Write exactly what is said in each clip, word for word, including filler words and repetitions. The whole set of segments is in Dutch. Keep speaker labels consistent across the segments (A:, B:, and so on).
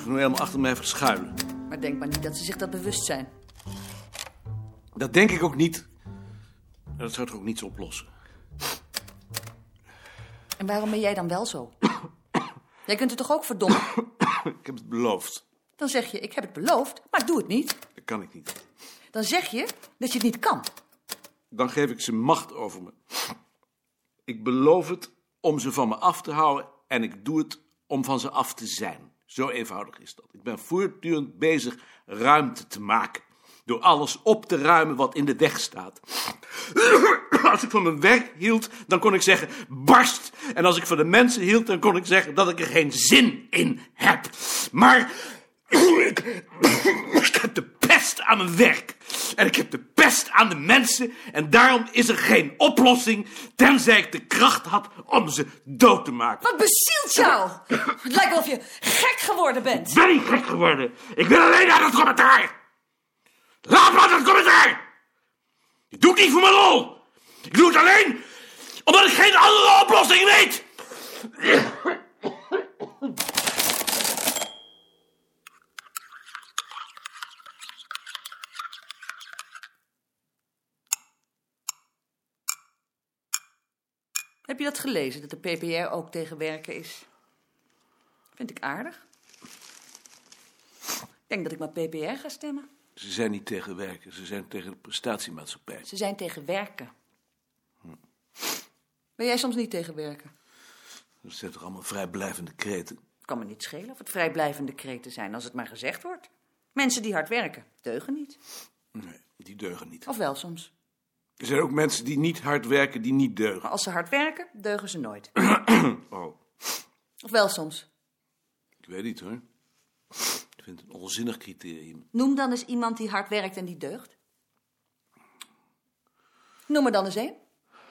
A: zich nu helemaal achter mij verschuilen.
B: Maar denk maar niet dat ze zich dat bewust zijn.
A: Dat denk ik ook niet. Dat zou toch ook niets oplossen.
B: En waarom ben jij dan wel zo? Jij kunt het toch ook verdommen?
A: Ik heb het beloofd.
B: Dan zeg je, ik heb het beloofd, maar ik doe het niet.
A: Dat kan ik niet.
B: Dan zeg je dat je het niet kan.
A: Dan geef ik ze macht over me. Ik beloof het om ze van me af te houden en ik doe het om van ze af te zijn. Zo eenvoudig is dat. Ik ben voortdurend bezig ruimte te maken. Door alles op te ruimen wat in de weg staat. Als ik van mijn werk hield, dan kon ik zeggen barst. En als ik van de mensen hield, dan kon ik zeggen dat ik er geen zin in heb. Maar ik, ik heb de pest aan mijn werk. En ik heb de pest aan de mensen. En daarom is er geen oplossing, tenzij ik de kracht had om ze dood te maken.
B: Wat bezielt jou? Het lijkt wel of je gek geworden bent.
A: Ik ben niet gek geworden. Ik wil alleen naar dat commentaar. Laat maar dat commentaar. Ik doe het niet voor mijn lol. Ik doe het alleen omdat ik geen andere oplossing weet.
B: Heb je dat gelezen, dat de P P R ook tegen werken is? Vind ik aardig. Ik denk dat ik maar P P R ga stemmen.
A: Ze zijn niet tegen werken, ze zijn tegen de prestatiemaatschappij.
B: Ze zijn tegen werken. Hm. Ben jij soms niet tegen werken?
A: Dat zijn toch allemaal vrijblijvende kreten?
B: Het kan me niet schelen of het vrijblijvende kreten zijn, als het maar gezegd wordt. Mensen die hard werken, deugen niet.
A: Nee, die deugen niet.
B: Of wel soms.
A: Er zijn ook mensen die niet hard werken, die niet deugen.
B: Maar als ze hard werken, deugen ze nooit.
A: Oh.
B: Of wel soms.
A: Ik weet niet hoor. Ik vind het een onzinnig criterium.
B: Noem dan eens iemand die hard werkt en die deugt. Noem er dan eens één.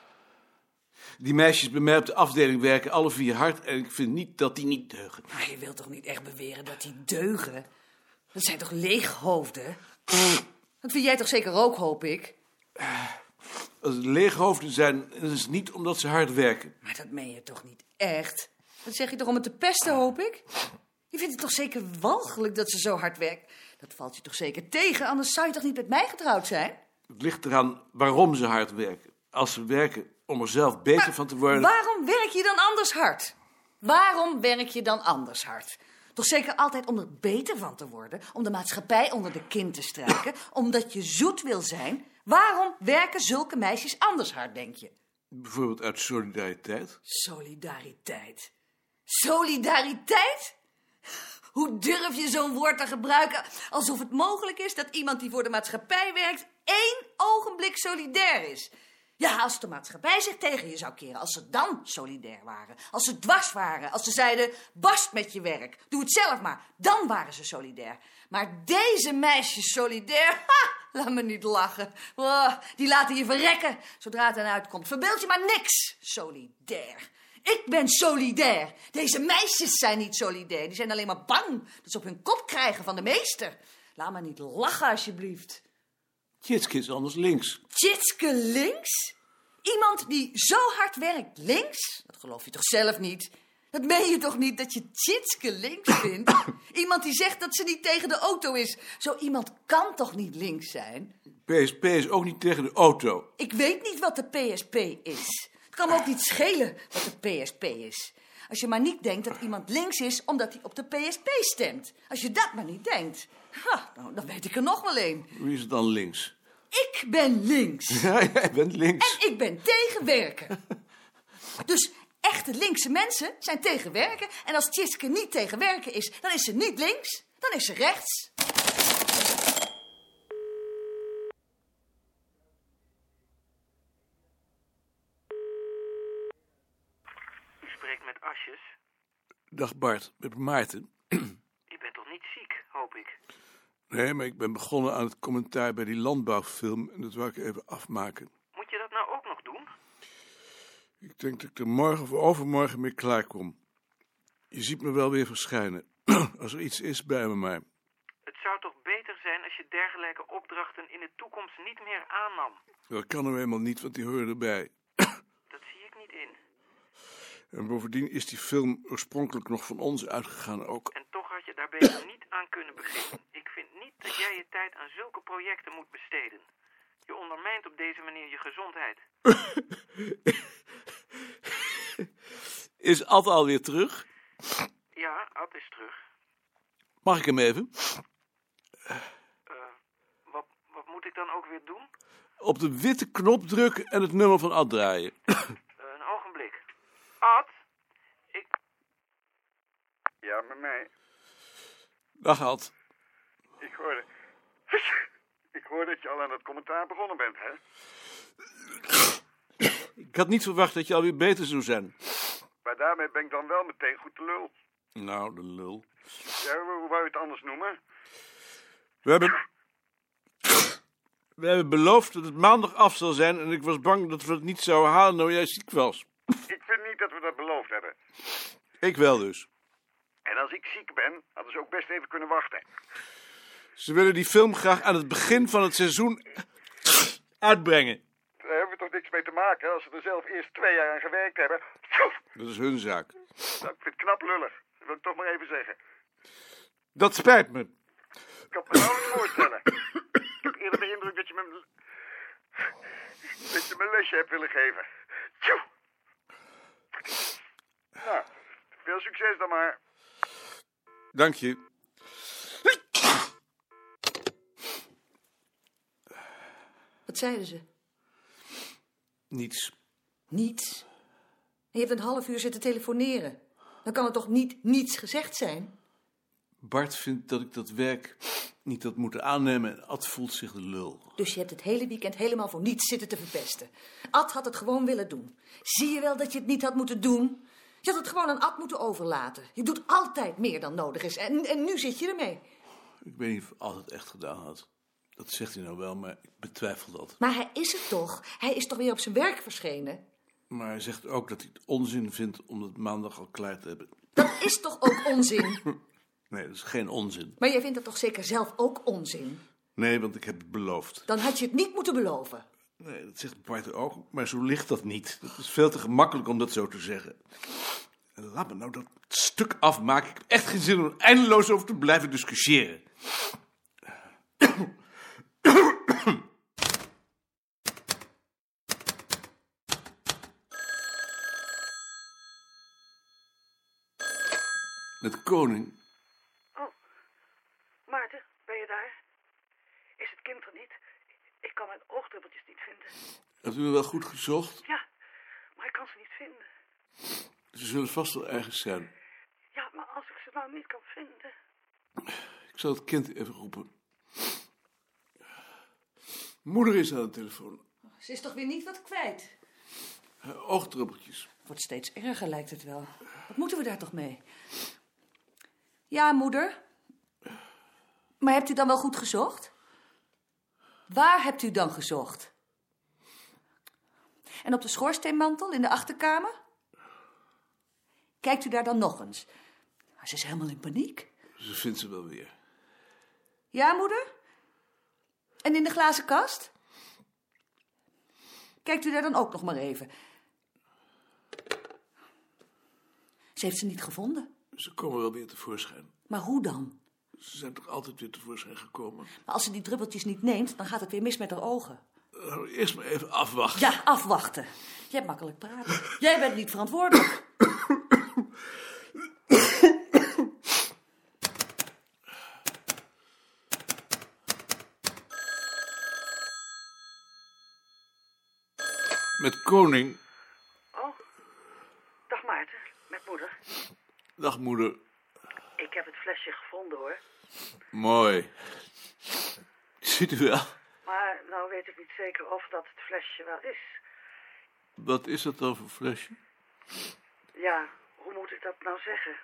A: Die meisjes bij mij op de afdeling werken alle vier hard en ik vind niet dat die niet deugen.
B: Maar je wilt toch niet echt beweren dat die deugen? Dat zijn toch leeghoofden? Dat vind jij toch zeker ook, hoop ik?
A: Als het leeghoofden zijn, dan is het niet omdat ze hard werken.
B: Maar dat meen je toch niet echt? Dat zeg je toch om het te pesten, hoop ik? Je vindt het toch zeker walgelijk dat ze zo hard werkt? Dat valt je toch zeker tegen, anders zou je toch niet met mij getrouwd zijn?
A: Het ligt eraan waarom ze hard werken. Als ze werken om er zelf beter
B: maar
A: van te worden...
B: waarom werk je dan anders hard? Waarom werk je dan anders hard? Toch zeker altijd om er beter van te worden? Om de maatschappij onder de kin te strijken? Omdat je zoet wil zijn? Waarom werken zulke meisjes anders hard, denk je?
A: Bijvoorbeeld uit solidariteit.
B: Solidariteit. Solidariteit? Hoe durf je zo'n woord te gebruiken alsof het mogelijk is dat iemand die voor de maatschappij werkt één ogenblik solidair is? Ja, als de maatschappij zich tegen je zou keren, als ze dan solidair waren. Als ze dwars waren, als ze zeiden, barst met je werk, doe het zelf maar. Dan waren ze solidair. Maar deze meisjes solidair, ha, laat me niet lachen. Oh, die laten je verrekken zodra het eruit komt. Verbeeld je maar niks. Solidair. Ik ben solidair. Deze meisjes zijn niet solidair. Die zijn alleen maar bang dat ze op hun kop krijgen van de meester. Laat me niet lachen, alsjeblieft.
A: Tjitske is anders links.
B: Tjitske links? Iemand die zo hard werkt links? Dat geloof je toch zelf niet? Dat meen je toch niet dat je Tjitske links vindt? Iemand die zegt dat ze niet tegen de auto is. Zo iemand kan toch niet links zijn?
A: P S P is ook niet tegen de auto.
B: Ik weet niet wat de P S P is. Het kan me ook niet schelen wat de P S P is. Als je maar niet denkt dat iemand links is omdat hij op de P S P stemt. Als je dat maar niet denkt. Ha, nou, dan weet ik er nog wel een.
A: Wie is het dan links?
B: Ik ben links.
A: Ja, jij bent links.
B: En ik ben tegen werken. Dus echte linkse mensen zijn tegen werken. En als Tjitske niet tegen werken is, dan is ze niet links. Dan is ze rechts.
C: U spreekt met Asjes.
A: Dag Bart, met Maarten.
C: Je bent toch niet ziek, hoop ik?
A: Nee, maar ik ben begonnen aan het commentaar bij die landbouwfilm en dat wou ik even afmaken.
C: Moet je dat nou ook nog doen?
A: Ik denk dat ik er morgen of overmorgen mee klaar kom. Je ziet me wel weer verschijnen. Als er iets is, bij me maar.
C: Het zou toch beter zijn als je dergelijke opdrachten in de toekomst niet meer aannam?
A: Dat kan nou eenmaal niet, want die horen erbij.
C: Dat zie ik niet in.
A: En bovendien is die film oorspronkelijk nog van ons uitgegaan ook.
C: En toch had je daar beter niet aan kunnen beginnen. Ik vind niet dat jij je tijd aan zulke projecten moet besteden. Je ondermijnt op deze manier je gezondheid.
A: Is Ad alweer terug?
C: Ja, Ad is terug.
A: Mag ik hem even?
C: Uh, wat, wat moet ik dan ook weer doen?
A: Op de witte knop drukken en het nummer van Ad draaien.
C: Uh, een ogenblik. Ad? Ik...
D: Ja, met mij.
A: Dag Ad.
D: Ik hoorde... Ik hoor dat je al aan het commentaar begonnen bent, hè?
A: Ik had niet verwacht dat je alweer beter zou zijn.
D: Maar daarmee ben ik dan wel meteen goed de lul.
A: Nou, de lul.
D: Ja, hoe, hoe wou je het anders noemen?
A: We hebben... We hebben beloofd dat het maandag af zal zijn en ik was bang dat we het niet zouden halen nou jij ziek was.
D: Ik vind niet dat we dat beloofd hebben.
A: Ik wel dus.
D: En als ik ziek ben, hadden ze ook best even kunnen wachten.
A: Ze willen die film graag aan het begin van het seizoen uitbrengen.
D: Daar hebben we toch niks mee te maken als ze er zelf eerst twee jaar aan gewerkt hebben.
A: Dat is hun zaak.
D: Nou, ik vind het knap lullig. Dat wil ik toch maar even zeggen.
A: Dat spijt me.
D: Ik kan me nou niet voorstellen. Ik heb eerder de indruk dat je me... dat je me een lesje hebt willen geven. Tjoe. Nou, veel succes dan maar.
A: Dank je.
B: Wat zeiden ze?
A: Niets.
B: Niets. Je hebt een half uur zitten telefoneren. Dan kan er toch niet niets gezegd zijn?
A: Bart vindt dat ik dat werk niet had moeten aannemen en Ad voelt zich de lul.
B: Dus je hebt het hele weekend helemaal voor niets zitten te verpesten. Ad had het gewoon willen doen. Zie je wel dat je het niet had moeten doen? Je had het gewoon aan Ad moeten overlaten. Je doet altijd meer dan nodig is. En, en nu zit je ermee.
A: Ik weet niet of Ad het echt gedaan had. Dat zegt hij nou wel, maar ik betwijfel dat.
B: Maar hij is het toch? Hij is toch weer op zijn werk verschenen?
A: Maar hij zegt ook dat hij het onzin vindt om het maandag al klaar te hebben.
B: Dat is toch ook onzin?
A: Nee, dat is geen onzin.
B: Maar jij vindt dat toch zeker zelf ook onzin?
A: Nee, want ik heb het beloofd.
B: Dan had je het niet moeten beloven.
A: Nee, dat zegt Bart ook, maar zo ligt dat niet. Het is veel te gemakkelijk om dat zo te zeggen. En laat me nou dat stuk afmaken. Ik heb echt geen zin om er eindeloos over te blijven discussiëren. Met Koning.
E: Oh, Maarten, ben je daar? Is het kind er niet? Ik kan mijn oogdruppeltjes niet vinden.
A: Hebt u er wel goed gezocht?
E: Ja, maar ik kan ze niet vinden.
A: Ze zullen vast wel ergens zijn.
E: Ja, maar als ik ze nou niet kan vinden...
A: Ik zal het kind even roepen. Moeder is aan de telefoon.
B: Ze is toch weer niet wat kwijt?
A: Haar oogdruppeltjes.
B: Wordt steeds erger, lijkt het wel. Wat moeten we daar toch mee? Ja, moeder. Maar hebt u dan wel goed gezocht? Waar hebt u dan gezocht? En op de schoorsteenmantel in de achterkamer? Kijkt u daar dan nog eens? Ze is helemaal in paniek.
A: Ze vindt ze wel weer.
B: Ja, moeder? En in de glazen kast? Kijkt u daar dan ook nog maar even. Ze heeft ze niet gevonden.
A: Ze komen wel weer tevoorschijn.
B: Maar hoe dan?
A: Ze zijn toch altijd weer tevoorschijn gekomen?
B: Maar als ze die druppeltjes niet neemt, dan gaat het weer mis met haar ogen.
A: Nou, eerst maar even afwachten.
B: Ja, afwachten. Jij hebt makkelijk praten. Jij bent niet verantwoordelijk.
A: Met Koning.
E: Oh, dag Maarten, met moeder.
A: Dag moeder.
E: Ik heb het flesje gevonden, hoor.
A: Mooi. Ziet u wel.
E: Maar nou weet ik niet zeker of dat het flesje wel is.
A: Wat is dat dan voor flesje?
E: Ja, hoe moet ik dat nou zeggen?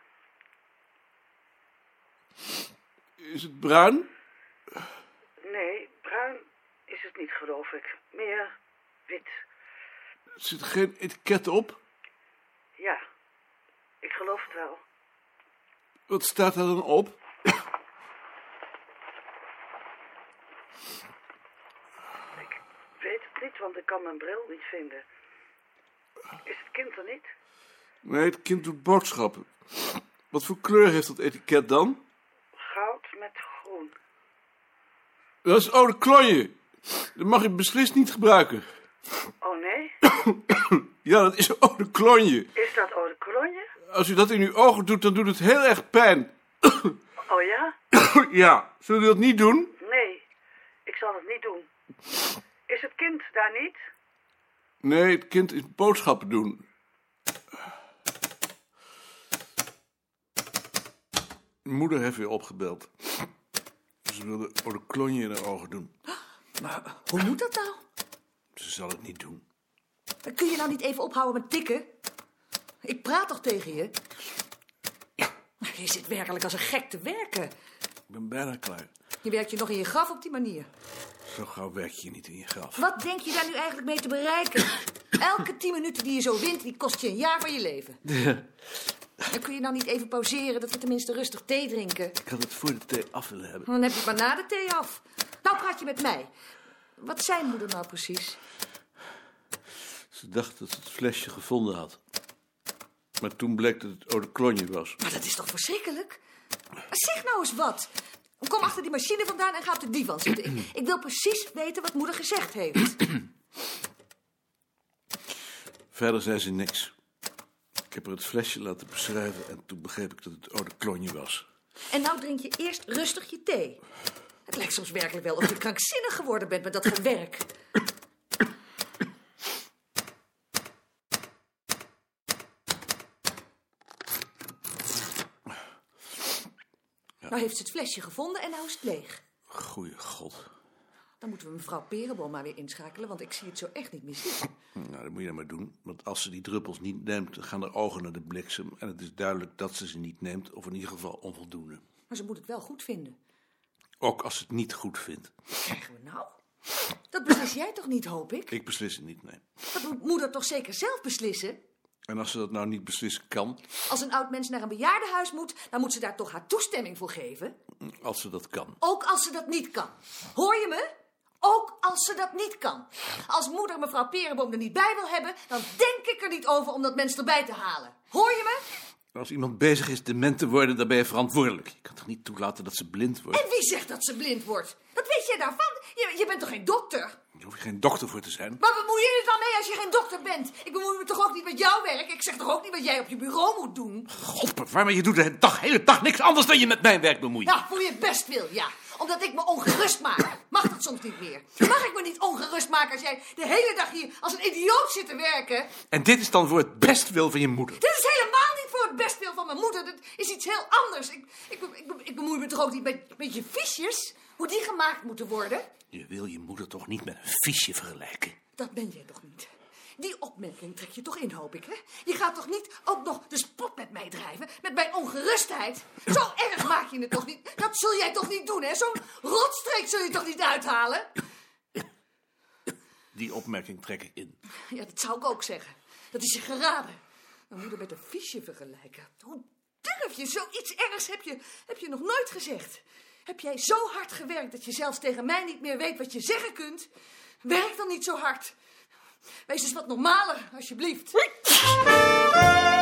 A: Is het bruin?
E: Nee, bruin is het niet, geloof ik. Meer wit.
A: Er zit geen etiket op?
E: Ja, ik geloof het wel.
A: Wat staat er dan op?
E: Ik weet het niet, want ik kan mijn bril niet vinden. Is het kind er niet?
A: Nee, het kind doet boodschappen. Wat voor kleur heeft dat etiket dan?
E: Goud met groen.
A: Dat is oude klonje. Dat mag je beslist niet gebruiken.
E: Oh nee?
A: Ja, dat is oude klonje.
E: Is dat eau de cologne?
A: Als u dat in uw ogen doet, dan doet het heel erg pijn.
E: Oh ja?
A: Ja, zullen u dat niet doen?
E: Nee, ik zal het niet doen. Is het kind daar niet?
A: Nee, het kind is boodschappen doen. Mijn moeder heeft weer opgebeld. Ze wilde eau de cologne in haar ogen doen.
B: Maar hoe moet dat nou?
A: Ze zal het niet doen.
B: Kun je nou niet even ophouden met tikken? Ik praat toch tegen je? Je zit werkelijk als een gek te werken.
A: Ik ben bijna klaar.
B: Je werkt je nog in je graf op die manier.
A: Zo gauw werk je niet in je graf.
B: Wat denk je daar nu eigenlijk mee te bereiken? Elke tien minuten die je zo wint, die kost je een jaar van je leven.
A: Ja.
B: Dan kun je nou niet even pauzeren, dat we tenminste rustig thee drinken.
A: Ik had het voor de thee af willen hebben.
B: Dan heb je het maar na de thee af. Nou praat je met mij. Wat zei moeder nou precies?
A: Ze dacht dat ze het flesje gevonden had. Maar toen bleek dat het eau de cologne was.
B: Maar dat is toch verschrikkelijk? Zeg nou eens wat. Kom achter die machine vandaan en ga op de divan zitten. Ik, ik wil precies weten wat moeder gezegd heeft.
A: Verder zei ze niks. Ik heb haar het flesje laten beschrijven en toen begreep ik dat het eau de cologne was.
B: En nou drink je eerst rustig je thee. Het lijkt soms werkelijk wel of je krankzinnig geworden bent met dat gewerk. Nou heeft ze het flesje gevonden en nou is het leeg.
A: Goeie god.
B: Dan moeten we mevrouw Perenboom maar weer inschakelen, want ik zie het zo echt niet meer zitten.
A: Nou, dat moet je dan maar doen. Want als ze die druppels niet neemt, dan gaan de ogen naar de bliksem. En het is duidelijk dat ze ze niet neemt, of in ieder geval onvoldoende.
B: Maar ze moet het wel goed vinden.
A: Ook als ze het niet goed vindt.
B: Wat krijgen we nou? Dat beslis jij toch niet, hoop ik?
A: Ik beslis het niet, nee.
B: Dat moet moeder toch zeker zelf beslissen?
A: En als ze dat nou niet beslissen kan,
B: Als een oud mens naar een bejaardenhuis moet, dan moet ze daar toch haar toestemming voor geven?
A: als ze dat kan.
B: Ook als ze dat niet kan. Hoor je me? Ook als ze dat niet kan. Als moeder mevrouw Perenboom er niet bij wil hebben, dan denk ik er niet over om dat mens erbij te halen. Hoor je me?
A: Als iemand bezig is dement te worden, dan ben je verantwoordelijk. Je kan toch niet toelaten dat ze blind wordt?
B: En wie zegt dat ze blind wordt? Wat weet jij daarvan? Je, je bent toch geen dokter?
A: Daar hoef je geen dokter voor te zijn.
B: Maar bemoei je er dan mee als je geen dokter bent? Ik bemoei me toch ook niet met jouw werk? Ik zeg toch ook niet wat jij op je bureau moet doen?
A: Godbewaar, maar je doet de dag, hele dag niks anders dan je met mijn werk bemoeit.
B: Nou, voor je best wil, ja. Omdat ik me ongerust maak. Mag dat soms niet meer? Mag ik me niet ongerust maken als jij de hele dag hier als een idioot zit te werken?
A: En dit is dan voor het bestwil van je moeder.
B: Dit is helemaal niet voor het bestwil van mijn moeder. Dat is iets heel anders. Ik, ik, ik, ik bemoei me toch ook niet met, met je fiches? Hoe die gemaakt moeten worden?
A: Je wil je moeder toch niet met een fiche vergelijken?
B: Dat ben jij toch niet? Die opmerking trek je toch in, hoop ik, hè? Je gaat toch niet ook nog de spot met mij drijven? Met mijn ongerustheid? Zo erg maak je het toch niet? Dat zul jij toch niet doen, hè? Zo'n rotstreek zul je toch niet uithalen?
A: Die opmerking trek ik in.
B: Ja, dat zou ik ook zeggen. Dat is je geraden. Mijn moeder met een fiche vergelijken. Hoe durf je? Zoiets ergs heb je, heb je nog nooit gezegd. Heb jij zo hard gewerkt dat je zelfs tegen mij niet meer weet wat je zeggen kunt? Werk dan niet zo hard. Wees eens wat normaler, alsjeblieft.